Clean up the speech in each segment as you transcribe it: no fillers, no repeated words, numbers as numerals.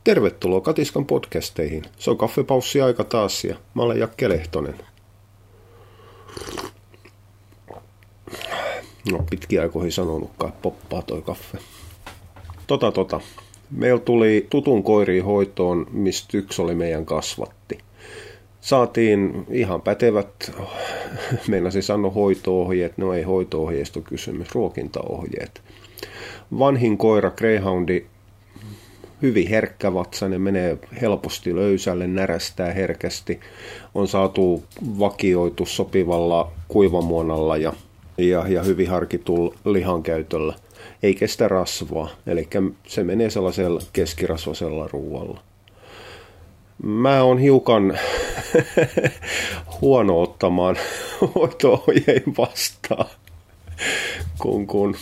Tervetuloa Katiskan podcasteihin. Se on kaffepaussi-aika taas ja mä olen Jakke Lehtonen. No, pitkiä aikoihin sanonutkaan, poppaa toi kaffe. Meillä tuli tutun koiriin hoitoon, mistä yksi oli meidän kasvatti. Saatiin ihan pätevät, meinasin sanoa hoito-ohjeet, no ei hoito-ohjeista ole kysymys, ruokintaohjeet. Vanhin koira, greyhoundi, hyvin herkkävatsainen, menee helposti löysälle, närästää herkästi. On saatu vakioitu sopivalla kuivamuonalla ja hyvin harkitulla lihankäytöllä. Ei kestä rasvaa, eli se menee sellaisella keskirasvasella ruoalla. Mä oon hiukan huono ottamaan hoito-ohjeen vastaan, kun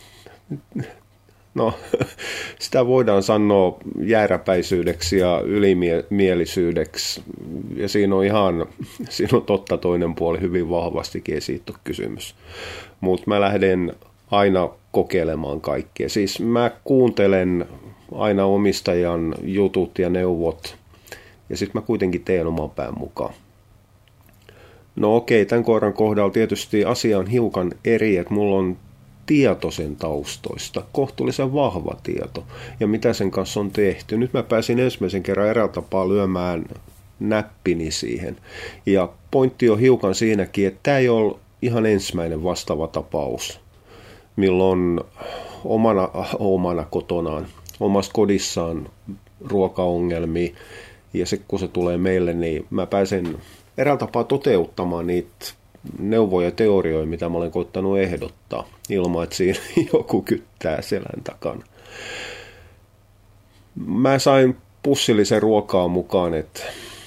no, sitä voidaan sanoa jääräpäisyydeksi ja ylimielisyydeksi. Ja siinä on totta toinen puoli hyvin vahvastikin, ja siitä on kysymys. Mutta mä lähden aina kokeilemaan kaikkea. Siis mä kuuntelen aina omistajan jutut ja neuvot, ja sitten mä kuitenkin teen oman pään mukaan. No okei, tämän koiran kohdalla tietysti asia on hiukan eri, että mulla on tieto sen taustoista, kohtuullisen vahva tieto, ja mitä sen kanssa on tehty. Nyt mä pääsin ensimmäisen kerran eräällä tapaa lyömään näppini siihen. Ja pointti on hiukan siinäkin, että tämä ei ole ihan ensimmäinen vastaava tapaus, milloin omana kotonaan, omassa kodissaan ruokaongelmia, ja se, kun se tulee meille, niin mä pääsen eräällä tapaa toteuttamaan niitä neuvoja ja teorioita, mitä mä olen koittanut ehdottaa, ilman että siinä joku kyttää selän takana. Mä sain pussillisen ruokaa mukaan, että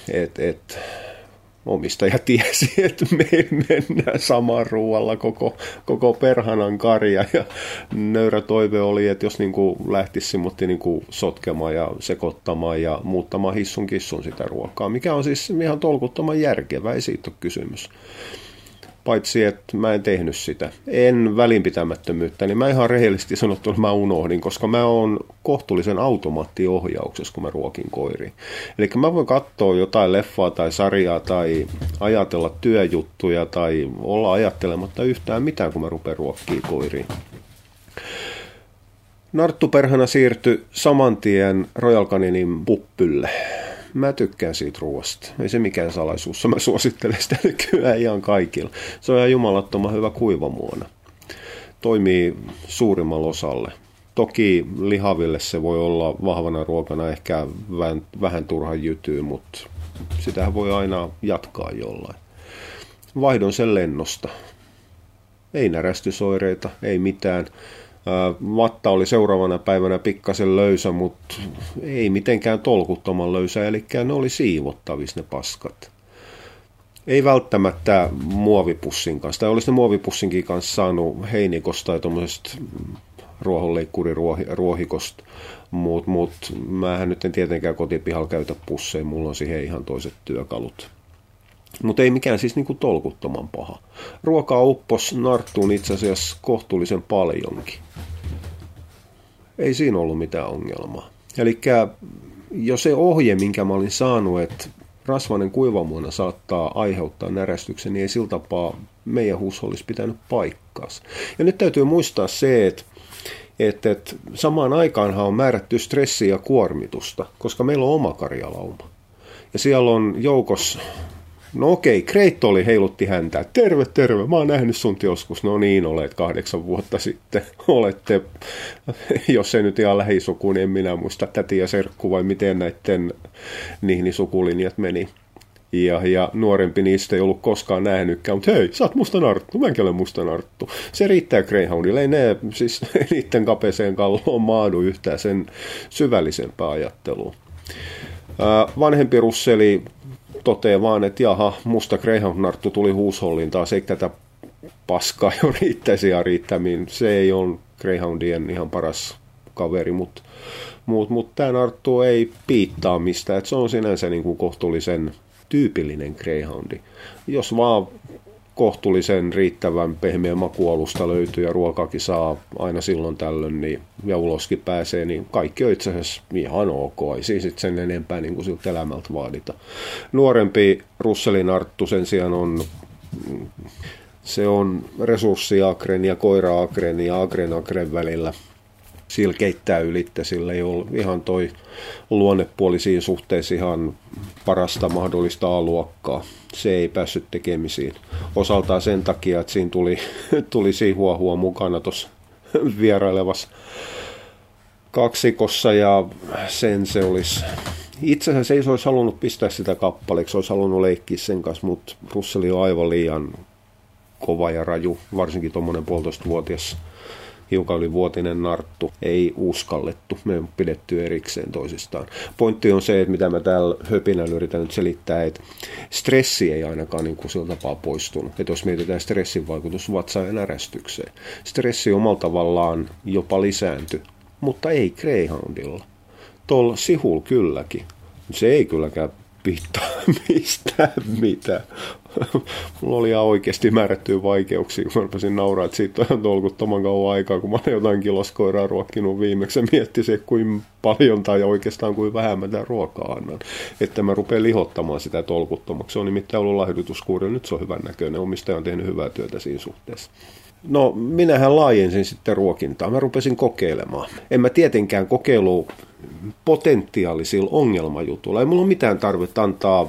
omistaja tiesi, että me mennään samaan ruoalla koko perhanan karja, ja nöyrä toive oli, että jos niinku lähtisi simmutti niinku sotkemaan ja sekoittamaan ja muuttamaan hissun kissun sitä ruokaa, mikä on siis ihan tolkuttoman järkevää, ei siitä ole kysymys. Paitsi, että mä en tehnyt sitä. En välinpitämättömyyttä, niin mä ihan rehellisesti sanottuna mä unohdin, koska mä oon kohtuullisen automaattiohjauksessa, kun mä ruokin koiriin. Eli mä voin katsoa jotain leffaa tai sarjaa tai ajatella työjuttuja tai olla ajattelematta yhtään mitään, kun mä rupean ruokkiin koiriin. Narttuperhana siirtyi saman tien Royal Caninin puppylle. Mä tykkään siitä ruoasta. Ei se mikään salaisuus. Mä suosittelen sitä nykyään ihan kaikilla. Se on ihan jumalattoman hyvä kuivamuona. Toimii suurimmalle osalle. Toki lihaville se voi olla vahvana ruokana ehkä vähän turhan jytyy, mutta sitähän voi aina jatkaa jollain. Vaihdon sen lennosta. Ei närästysoireita, ei mitään. Vatta oli seuraavana päivänä pikkasen löysä, mutta ei mitenkään tolkuttoman löysä, eli ne oli siivottavissa ne paskat. Ei välttämättä muovipussin kanssa, tai olisi ne muovipussinkin kanssa saanut heinikosta tai tuommoisesta ruohonleikkuriruohikosta, mutta mähän nyt en tietenkään kotipihalla käytä pusseja, mulla on siihen ihan toiset työkalut. Mutta ei mikään siis niinku tolkuttoman paha. Ruokaa uppos narttuun itse asiassa kohtuullisen paljonkin. Ei siinä ollut mitään ongelmaa. Eli jo se ohje, minkä mä olin saanut, että rasvainen kuivamuona saattaa aiheuttaa närästyksen, niin ei sillä tapaa meidän huushollissa pitänyt paikkaansa. Ja nyt täytyy muistaa se, että samaan aikaanhan on määrätty stressiä ja kuormitusta, koska meillä on oma karjalauma. Ja siellä on joukossa. No okei, Kreitto heilutti häntä. Terve, mä oon nähnyt sun joskus. No niin, olet 8 vuotta sitten. Olette, jos ei nyt ihan lähisuku, niin en minä muista täti ja serkku vai miten näiden niihin sukulinjat meni. Ja nuorempi niistä ei ollut koskaan nähnytkään, mutta hei, sä oot musta narttu, mäkin olen musta narttu. Se riittää greyhoundille, ei ne siis niiden kapeeseen kalloon maadu yhtään sen syvällisempää ajattelua. Vanhempi russeli toteaa vaan, että jaha, musta greyhound-narttu tuli huusholliin taas, eikä tätä paskaa jo riittäisi ja riittämiin. Se ei ole greyhoundien ihan paras kaveri, mutta tämä narttu ei piittaa mistään, että se on sinänsä niin kuin kohtuullisen tyypillinen greyhoundi. Jos vaan kohtuullisen riittävän pehmeä makualusta löytyy ja ruokaakin saa aina silloin tällöin niin, ja uloskin pääsee, niin kaikki on itse asiassa ihan ok. Ei siis sen enempää niin kuin siltä elämältä vaadita. Nuorempi Russellin Arttu sen sijaan se on resurssiakren ja koira-akren ja agren välillä. Sillä keittää ylittä, sillä ei ole ihan toi luonnepuoli siinä suhteessa ihan parasta mahdollista A-luokkaa. Se ei päässyt tekemisiin. Osaltaan sen takia, että siinä tuli Sihuahua mukana tuossa vierailevassa kaksikossa ja se olisi. Itse asiassa ei se olisi halunnut pistää sitä kappaleeksi, olisi halunnut leikkiä sen kanssa, mutta Russell on aivan liian kova ja raju, varsinkin tuommoinen 1,5-vuotias. Hiukan yli vuotinen narttu, ei uskallettu, me on pidetty erikseen toisistaan. Pointti on se, että mitä mä täällä höpinällä yritän nyt selittää, että stressi ei ainakaan niin kuin sillä tapaa poistunut. Että jos mietitään stressin vaikutus vatsaan ja närästykseen, stressi omalla tavallaan jopa lisääntyi, mutta ei Greyhoundilla. Tuolla Sihulla kylläkin, se ei kylläkään pitää mistään mitään. Mulla oli ihan oikeasti määrättyjä vaikeuksia, kun mä rupesin nauraa, että siitä on ihan tolkuttoman kauan aikaa, kun mä olen jotain kiloskoiraa ruokkinut viimeksi ja mietti se, kuinka paljon tai oikeastaan kuinka vähän mä tämän ruokaa annan. Että mä rupean lihottamaan sitä tolkuttomaksi. Se on nimittäin ollut laihdutuskuuri, nyt se on hyvän näköinen. Omistaja on tehnyt hyvää työtä siinä suhteessa. No, minähän laajensin sitten ruokintaa. Mä rupesin kokeilemaan. En mä tietenkään kokeilu potentiaalisilla ongelmajutuilla. Ei mulla ole mitään tarvetta antaa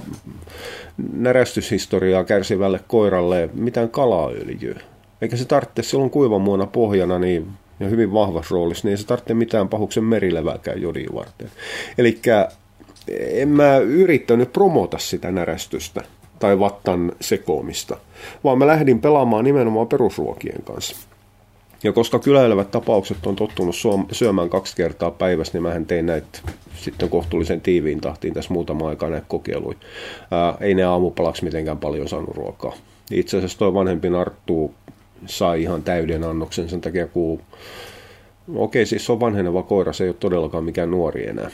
närästyshistoriaa kärsivälle koiralle mitään kalaöljyä. Eikä se tarvitse silloin kuivan muona pohjana niin, ja hyvin vahvassa roolissa, niin ei se tarvitse mitään pahuksen merilevääkään jodin varten. Elikkä en mä yrittänyt promota sitä närästystä tai vattan sekoamista, vaan mä lähdin pelaamaan nimenomaan perusruokien kanssa. Ja koska kyläilevät tapaukset on tottunut syömään 2 kertaa päivässä, niin mähän tein näitä sitten kohtuullisen tiiviin tahtiin tässä muutama aikaa näitä kokeiluja. Ei ne aamupalaksi mitenkään paljon saanut ruokaa. Itse asiassa toi vanhempi Narttu sai ihan täyden annoksen sen takia, kun siis se on vanheneva koira, se ei ole todellakaan mikään nuori enää.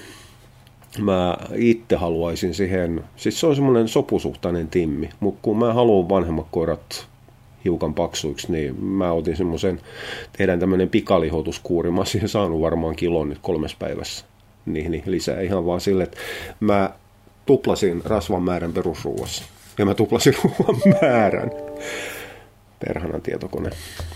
Mä itse haluaisin siihen, siis se on semmoinen sopusuhtainen timmi, mutta kun mä haluan vanhemmat koirat hiukan paksuiksi, niin mä otin semmoisen, tehdään tämmöinen pikalihotuskuuri, mä oon siihen saanut varmaan kilon nyt 3 päivässä niin lisää ihan vaan sille, että mä tuplasin rasvan määrän perusruuassa ja mä tuplasin ruoan määrän. Perhanan tietokone.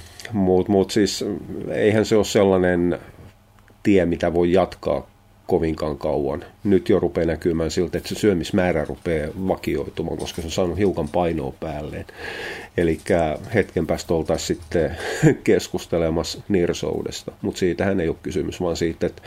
Mut siis eihän se ole sellainen tie, mitä voi jatkaa kovinkaan kauan. Nyt jo rupeaa näkymään siltä, että se syömismäärä rupeaa vakioitumaan, koska se on saanut hiukan painoa päälleen. Eli hetken päästä oltaisiin sitten keskustelemassa nirsoudesta. Mutta siitähän ei ole kysymys, vaan siitä, että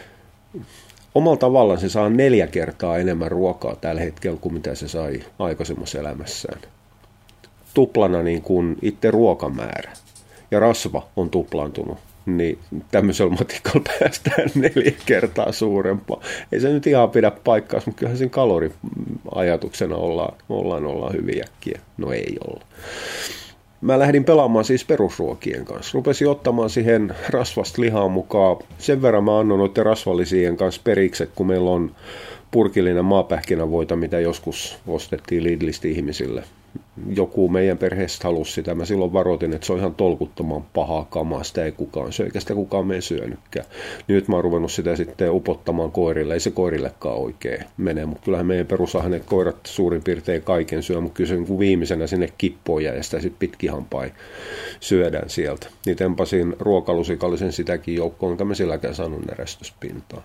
omalla tavallaan se saa 4 kertaa enemmän ruokaa tällä hetkellä kuin mitä se sai aikaisemmassa elämässään. Tuplana niin kuin itse ruokamäärä. Ja rasva on tuplaantunut. Niin tämmöisellä matikalla päästään 4 kertaa suurempaa. Ei se nyt ihan pidä paikkaa, mutta kyllähän sen kaloriajatuksena ollaan hyvin äkkiä. No ei olla. Mä lähdin pelaamaan siis perusruokien kanssa. Rupesin ottamaan siihen rasvasta lihaa mukaan. Sen verran mä annoin noiden rasvallisien kanssa perikset, kun meillä on purkillinen maapähkinävoita, mitä joskus ostettiin Lidlistä ihmisille. Joku meidän perheestä halusi sitä. Mä silloin varoitin, että se on ihan tolkuttoman pahaa kamaa. Sitä ei kukaan syö, eikä sitä kukaan mene syönytkään. Nyt mä oon ruvennut sitä sitten upottamaan koirille. Ei se koirillekaan oikein mene, mutta kyllähän meidän perusahneet koirat suurin piirtein kaiken syö, mutta kyllä se niin viimeisenä sinne kippoon ja sitä sitten pitkin hampain syödään sieltä. Niin tempasin ruokalusikallisen sitäkin joukkoon, enkä mä silläkään saanut närästyspintaan.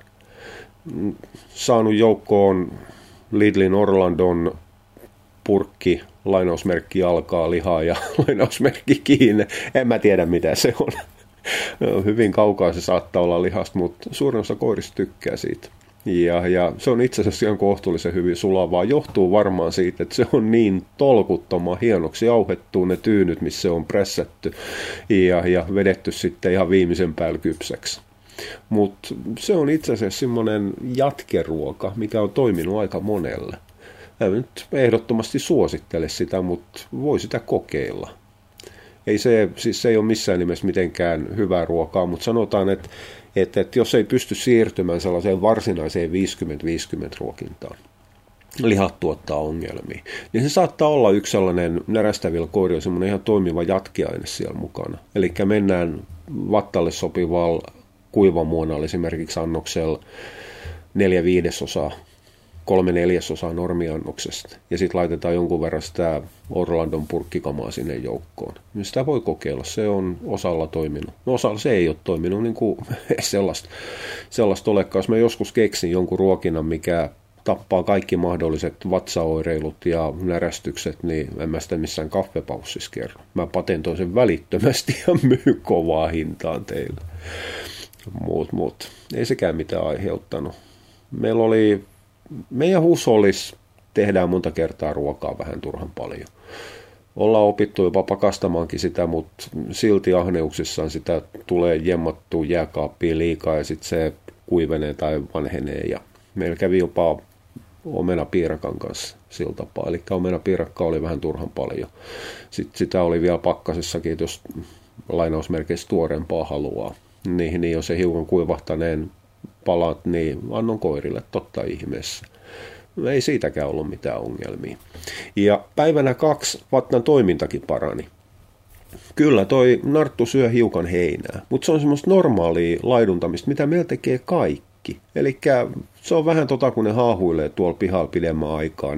Saanut joukkoon Lidlin Orlandon purkki, lainausmerkki alkaa lihaa ja lainausmerkki kiinni. En mä tiedä mitä se on. Hyvin kaukaa se saattaa olla lihasta, mutta suurin osa koirista tykkää siitä. Ja se on itse asiassa ihan kohtuullisen hyvin sulavaa. Johtuu varmaan siitä, että se on niin tolkuttoman hienoksi jauhettu ne tyynyt, missä se on pressätty ja vedetty sitten ihan viimeisen päällä kypsäksi. Mutta se on itse asiassa semmoinen jatkeruoka, mikä on toiminut aika monelle. Mä nyt ehdottomasti suosittele sitä, mutta voi sitä kokeilla. Se ei ole missään nimessä mitenkään hyvää ruokaa, mutta sanotaan, että jos ei pysty siirtymään sellaiseen varsinaiseen 50-50 ruokintaan, lihat tuottaa ongelmia. Niin se saattaa olla yksi sellainen närästävillä koirilla semmoinen ihan toimiva jatkiaine siellä mukana. Eli mennään vattalle sopivalla kuivamuonalla esimerkiksi annoksella 4/5, 3/4 normiannoksesta. Ja sitten laitetaan jonkun verran sitä Orlandon purkkikamaa sinne joukkoon. Niin sitä voi kokeilla. Se on osalla toiminut. No osalla se ei ole toiminut niin kuin sellaista olekaan. Jos mä joskus keksin jonkun ruokinnan, mikä tappaa kaikki mahdolliset vatsaoireilut ja närästykset, niin en mä sitä missään kaffepaussissa kerro. Mä patentoin sen välittömästi ja myyn kovaa hintaan teille. Mut. Ei sekään mitään aiheuttanut. Meidän huushollissa tehdään monta kertaa ruokaa vähän turhan paljon. Ollaan opittu jopa pakastamaankin sitä, mutta silti ahneuksissaan sitä tulee jemmattua jääkaappiin liikaa ja sitten se kuivenee tai vanhenee. Ja meillä kävi jopa omenapiirakan kanssa sillä tapaa. Eli omenapiirakka oli vähän turhan paljon. Sitten sitä oli vielä pakkasessakin, että jos lainausmerkeissä tuorempaa haluaa. Niin jos se hiukan kuivahtaneen palat, niin annon koirille totta ihmeessä. Ei siitäkään ollut mitään ongelmia. Ja päivänä 2 vattan toimintakin parani. Kyllä toi narttu syö hiukan heinää, mutta se on semmoista normaalia laiduntamista, mitä meillä tekee kaikki. Eli se on vähän kun ne haahuilee tuolla pihalla pidemmän aikaa,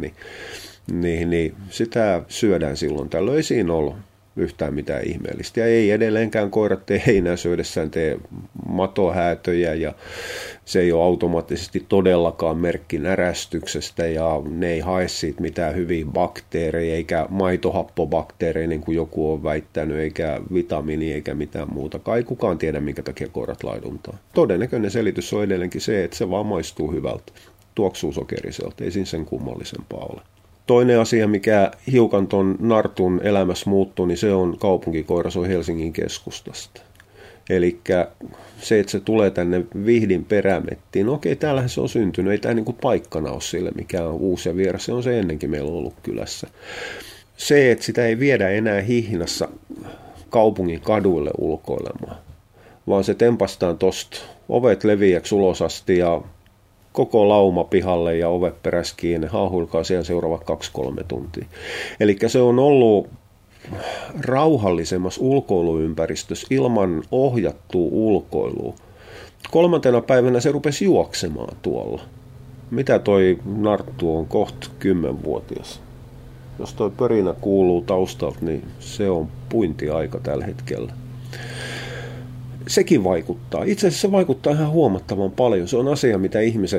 niin sitä syödään silloin. Tällöin ei siinä ollut yhtään mitään ihmeellistä. Ja ei edelleenkään koirat tee heinää syödessään, tee matohäätöjä ja se ei ole automaattisesti todellakaan merkki närästyksestä ja ne ei hae siitä mitään hyviä bakteereja eikä maitohappobakteereja niin kuin joku on väittänyt eikä vitamiini eikä mitään muuta. Kai kukaan tiedä minkä takia koirat laiduntaa. Todennäköinen selitys on edelleenkin se, että se vaan maistuu hyvältä, tuoksuu sokeriselta, ei siinä sen kummallisempaa ole. Toinen asia, mikä hiukan ton nartun elämässä muuttuu, niin se on kaupunkikoira, se on Helsingin keskustasta. Eli se, että se tulee tänne Vihdin perämettiin, no okei, täällähän se on syntynyt, ei tämä niin kuin paikkana ole sille, mikä on uusi ja vieras, se on se ennenkin meillä ollut kylässä. Se, että sitä ei viedä enää hihnassa kaupungin kaduille ulkoilemaan, vaan se tempastaan tosta ovet leviäksi ulos asti ja koko lauma pihalle ja ovet perässä kiinni, haahuilkaa siellä seuraavat 2-3 tuntia. Eli se on ollut rauhallisemmassa ulkoiluympäristössä ilman ohjattua ulkoilua. 3. päivänä se rupesi juoksemaan tuolla. Mitä toi narttu on kohta 10-vuotias? Jos toi pörinä kuuluu taustalta, niin se on puintiaika tällä hetkellä. Sekin vaikuttaa. Itse asiassa se vaikuttaa ihan huomattavan paljon. Se on asia, mitä ihmiset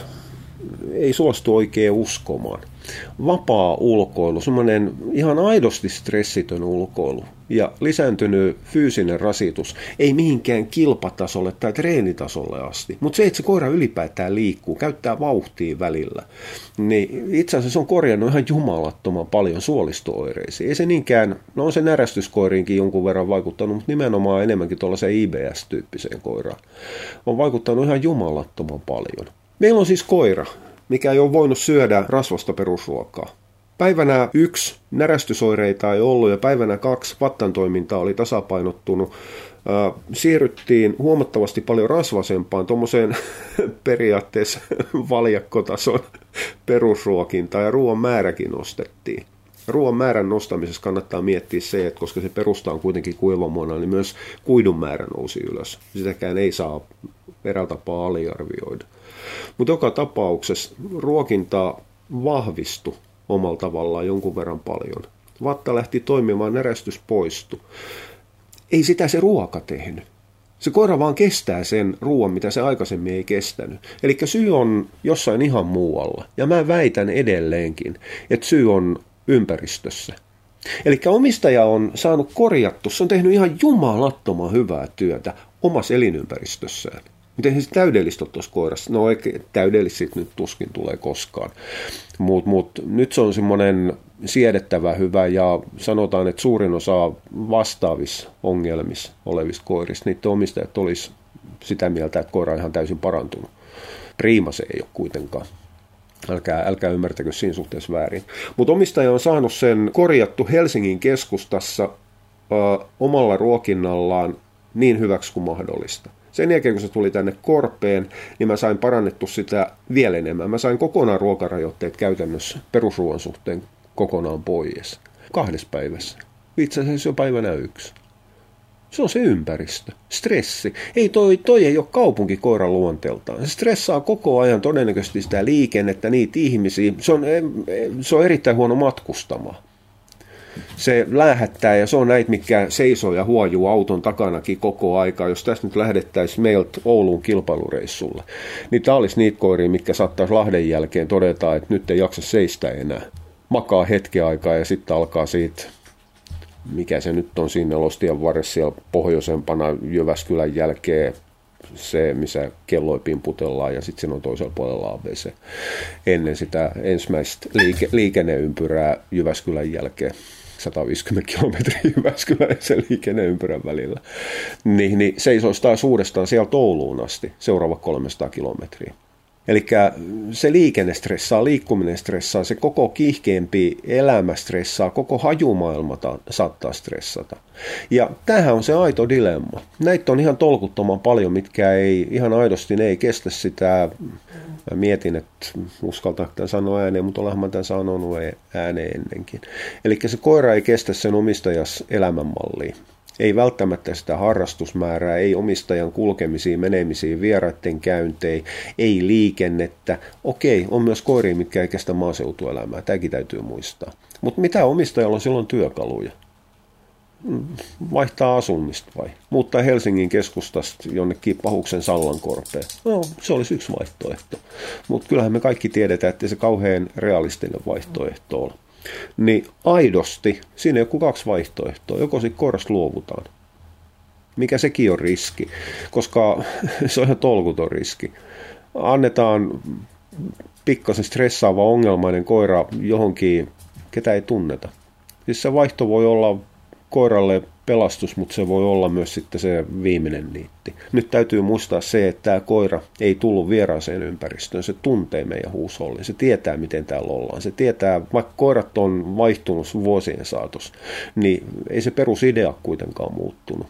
ei suostu oikein uskomaan. Vapaa ulkoilu, semmoinen ihan aidosti stressitön ulkoilu ja lisääntynyt fyysinen rasitus, ei mihinkään kilpatasolle tai treenitasolle asti, mutta se, että se koira ylipäätään liikkuu, käyttää vauhtia välillä, niin itse asiassa se on korjannut ihan jumalattoman paljon suolisto-oireisiin. Ei se niinkään, no on se närästyskoiriinkin jonkun verran vaikuttanut, mutta nimenomaan enemmänkin tuollaiseen IBS-tyyppiseen koiraan. On vaikuttanut ihan jumalattoman paljon. Meillä on siis koira, mikä ei ole voinut syödä rasvasta perusruokaa. Päivänä 1 närästysoireita ei ollut ja päivänä 2 vattan toiminta oli tasapainottunut. Siirryttiin huomattavasti paljon rasvasempaan tuommoiseen periaatteessa valjakkotason perusruokintaan ja ruoan määräkin nostettiin. Ruoan määrän nostamisessa kannattaa miettiä se, että koska se perusta on kuitenkin kuivamuona, niin myös kuidun määrä nousi ylös. Sitäkään ei saa eräällä tapaa aliarvioida. Mutta joka tapauksessa ruokinta vahvistui omalla tavallaan jonkun verran paljon. Vatta lähti toimimaan, närästys poistui. Ei sitä se ruoka tehnyt. Se koira vaan kestää sen ruoan, mitä se aikaisemmin ei kestänyt. Eli syy on jossain ihan muualla. Ja mä väitän edelleenkin, että syy on ympäristössä. Eli omistaja on saanut korjattu, se on tehnyt ihan jumalattoman hyvää työtä omassa elinympäristössään. Mutta eihän se täydellistä ole tuossa koirassa. No oikein täydellistä nyt tuskin tulee koskaan. Mut nyt se on semmoinen siedettävä hyvä ja sanotaan, että suurin osa vastaavissa ongelmissa olevista koirista, niiden omistajat olisi sitä mieltä, että koira on ihan täysin parantunut. Priima se ei ole kuitenkaan. Älkää ymmärtäkö siinä suhteessa väärin. Mutta omistaja on saanut sen korjattu Helsingin keskustassa omalla ruokinnallaan niin hyväksi kuin mahdollista. Sen jälkeen, kun se tuli tänne korpeen, niin mä sain parannettu sitä vielä enemmän. Mä sain kokonaan ruokarajoitteet käytännössä perusruoan suhteen kokonaan pois. 2 päivässä. Itse asiassa jo päivänä 1. Se on se ympäristö. Stressi. Ei toi ei ole kaupunkikoira luonteeltaan. Se stressaa koko ajan todennäköisesti sitä liikennettä, niitä ihmisiä. Se on erittäin huono matkustamaan. Se läähättää ja se on näitä, mitkä seisoo ja huojuu auton takanakin koko aikaa. Jos tässä nyt lähdettäisiin meiltä Ouluun kilpailureissulle, niin tämä olisi niitä koiria, mitkä saattaisi Lahden jälkeen todeta, että nyt ei jaksa seistä enää. Makaa hetken aikaa ja sitten alkaa siitä, mikä se nyt on siinä Lostian varressa siellä pohjoisempana Jyväskylän jälkeen, se, missä kelloja pimputellaan ja sitten siinä on toisella puolella ABC. Ennen sitä ensimmäistä liikenneympyrää Jyväskylän jälkeen, 150 kilometriä Jyväskylän ja sen liikenneympyrän välillä, niin seisoisi taas uudestaan sieltä Ouluun asti, seuraava 300 kilometriä. Eli se liikenne stressaa, liikkuminen stressaa, se koko kiihkeämpi elämä stressaa, koko hajumaailma saattaa stressata. Ja tämähän on se aito dilemma. Näitä on ihan tolkuttoman paljon, mitkä ei ihan aidosti, ne ei kestä sitä. Mä mietin, että uskaltaako tämän sanoa ääneen, mutta olenhan mä tämän sanonut ääneen ennenkin. Eli se koira ei kestä sen omistajas elämänmallia. Ei välttämättä sitä harrastusmäärää, ei omistajan kulkemisiin, menemisiin, vieraiden käyntejä, ei liikennettä. Okei, on myös koiria, mitkä ei kestä maaseutuelämää. Tämäkin täytyy muistaa. Mutta mitä omistajalla on silloin työkaluja? Vaihtaa asumista vai? Muuttaa Helsingin keskustasta jonnekin Pahuksen Sallankorpeen. No, se olisi yksi vaihtoehto. Mutta kyllähän me kaikki tiedetään, että se kauhean realistinen vaihtoehto on. Niin aidosti, siinä ei ole kuin 2 vaihtoehtoa. Joko siitä koirasta luovutaan, mikä sekin on riski, koska se on ihan tolkuton riski. Annetaan pikkasen stressaava ongelmainen koira johonkin, ketä ei tunneta. Siis se vaihto voi olla koiralle pelastus, mutta se voi olla myös sitten se viimeinen niitti. Nyt täytyy muistaa se, että tämä koira ei tullut vieraaseen ympäristöön. Se tuntee meidän huushollin. Se tietää, miten täällä ollaan. Se tietää, vaikka koirat on vaihtunut vuosien saatossa, niin ei se perusidea kuitenkaan muuttunut.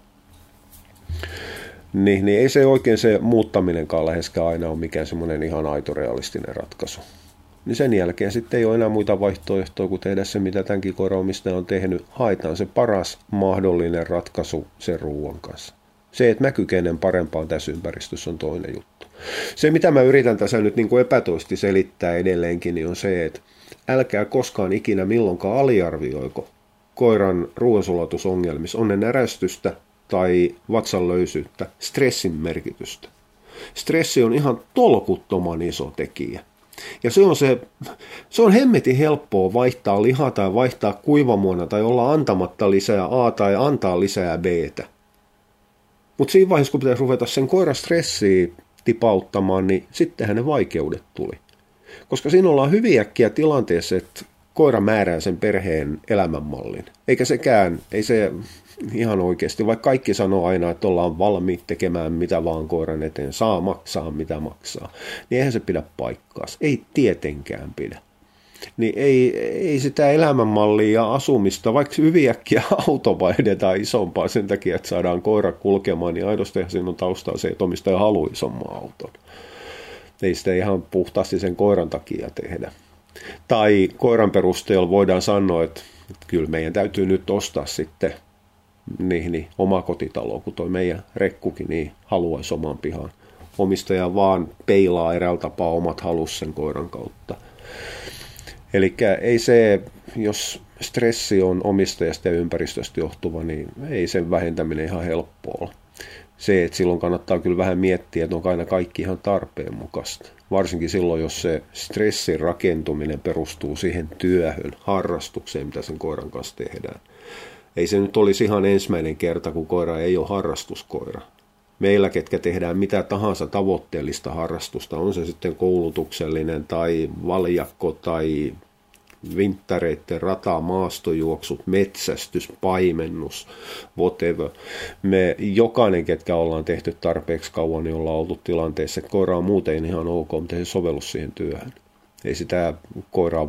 Niin ei se oikein se muuttaminenkaan läheskään aina ole mikään semmoinen ihan aito realistinen ratkaisu. Niin sen jälkeen sitten ei ole enää muita vaihtoehtoja kuin tehdä se, mitä tämänkin koiraomistaja on tehnyt. Haetaan se paras mahdollinen ratkaisu sen ruoan kanssa. Se, että mä kykenen parempaan tässä ympäristössä, on toinen juttu. Se, mitä mä yritän tässä nyt niin kuin epätoisesti selittää edelleenkin, niin on se, että älkää koskaan ikinä milloinkaan aliarvioiko koiran ruoansulatusongelmissa, on ne närästystä tai vatsanlöysyyttä, stressin merkitystä. Stressi on ihan tolkuttoman iso tekijä. Ja se on hemmetin helppoa vaihtaa lihaa tai vaihtaa kuivamuona tai olla antamatta lisää A tai antaa lisää B:tä. Mutta siinä vaiheessa, kun pitäisi ruveta sen koiran stressiä tipauttamaan, niin sittenhän ne vaikeudet tuli. Koska siinä ollaan hyvin äkkiä tilanteessa, että koira määrää sen perheen elämänmallin. Eikä sekään, ei se ihan oikeasti, vaikka kaikki sanoo aina, että ollaan valmiit tekemään mitä vaan koiran eteen, saa maksaa mitä maksaa, niin eihän se pidä paikkaansa. Ei tietenkään pidä. Niin ei sitä elämänmallia ja asumista, vaikka hyvin äkkiä auto vaihdetaan isompaa sen takia, että saadaan koira kulkemaan, niin aidosti siinä on taustaa se, että omistaja haluaa isomman auton. Ei sitä ihan puhtaasti sen koiran takia tehdä. Tai koiran perusteella voidaan sanoa, että kyllä meidän täytyy nyt ostaa sitten niin oma kotitalo, kun toi meidän rekkukin niin haluaisi oman pihan. Omistaja vaan peilaa eräällä tapaa omat halus sen koiran kautta. Eli ei se, jos stressi on omistajasta ja ympäristöstä johtuva, niin ei sen vähentäminen ihan helppoa ole. Se, että silloin kannattaa kyllä vähän miettiä, että onko aina kaikki ihan tarpeen mukaista. Varsinkin silloin, jos se stressin rakentuminen perustuu siihen työhön, harrastukseen, mitä sen koiran kanssa tehdään. Ei se nyt olisi ihan ensimmäinen kerta, kun koira ei ole harrastuskoira. Meillä, ketkä tehdään mitä tahansa tavoitteellista harrastusta, on se sitten koulutuksellinen tai valjakko tai vinttareiden rata, maastojuoksut, metsästys, paimennus, whatever. Me jokainen, ketkä ollaan tehty tarpeeksi kauan, niin ollaan oltu tilanteessa, että koira on muuten ihan ok, mutta ei se sovellu siihen työhön. Ei sitä koiraa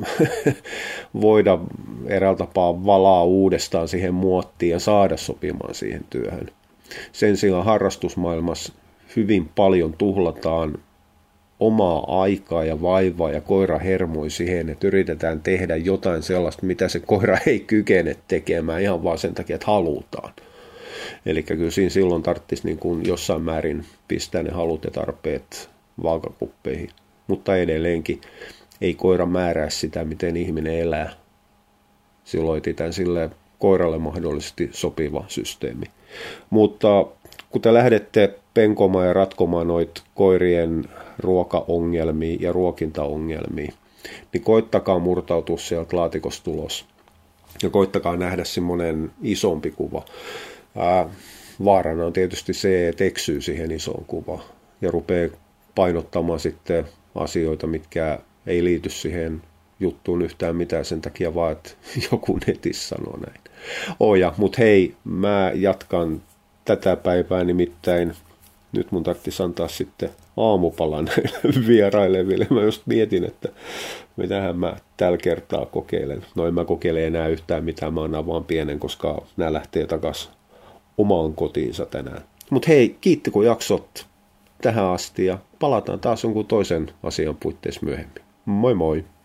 voida eräällä tapaa valaa uudestaan siihen muottiin ja saada sopimaan siihen työhön. Sen sijaan harrastusmaailmassa hyvin paljon tuhlataan omaa aikaa ja vaivaa ja koira hermoi siihen, että yritetään tehdä jotain sellaista, mitä se koira ei kykene tekemään ihan vaan sen takia, että halutaan. Eli kyllä siinä silloin tarvitsisi niin kuin jossain määrin pistää ne halut ja tarpeet vaakakuppeihin. Mutta edelleenkin ei koira määrää sitä, miten ihminen elää. Silloin etsitään sille koiralle mahdollisesti sopiva systeemi. Mutta kun te lähdette penkomaan ja ratkomaan noita koirien ruokaongelmia ja ruokintaongelmia, niin koittakaa murtautua sieltä laatikosta ulos. Ja koittakaa nähdä semmoinen isompi kuva. Vaarana on tietysti se, että eksyy siihen isoon kuvaan ja rupeaa painottamaan sitten asioita, mitkä ei liity siihen juttuun yhtään mitään sen takia vaan, että joku netissä sanoo näin. Mutta hei, mä jatkan tätä päivää, nimittäin nyt mun tarvitsisi antaa sitten aamupalan näille vieraileville. Mä just mietin, että mitähän mä tällä kertaa kokeilen. No en mä kokeile enää yhtään mitään, mä annan vaan pienen, koska nämä lähtee takaisin omaan kotiinsa tänään. Mutta hei, kiitti kun jaksot tähän asti ja palataan taas jonkun toisen asian puitteissa myöhemmin. Moi moi!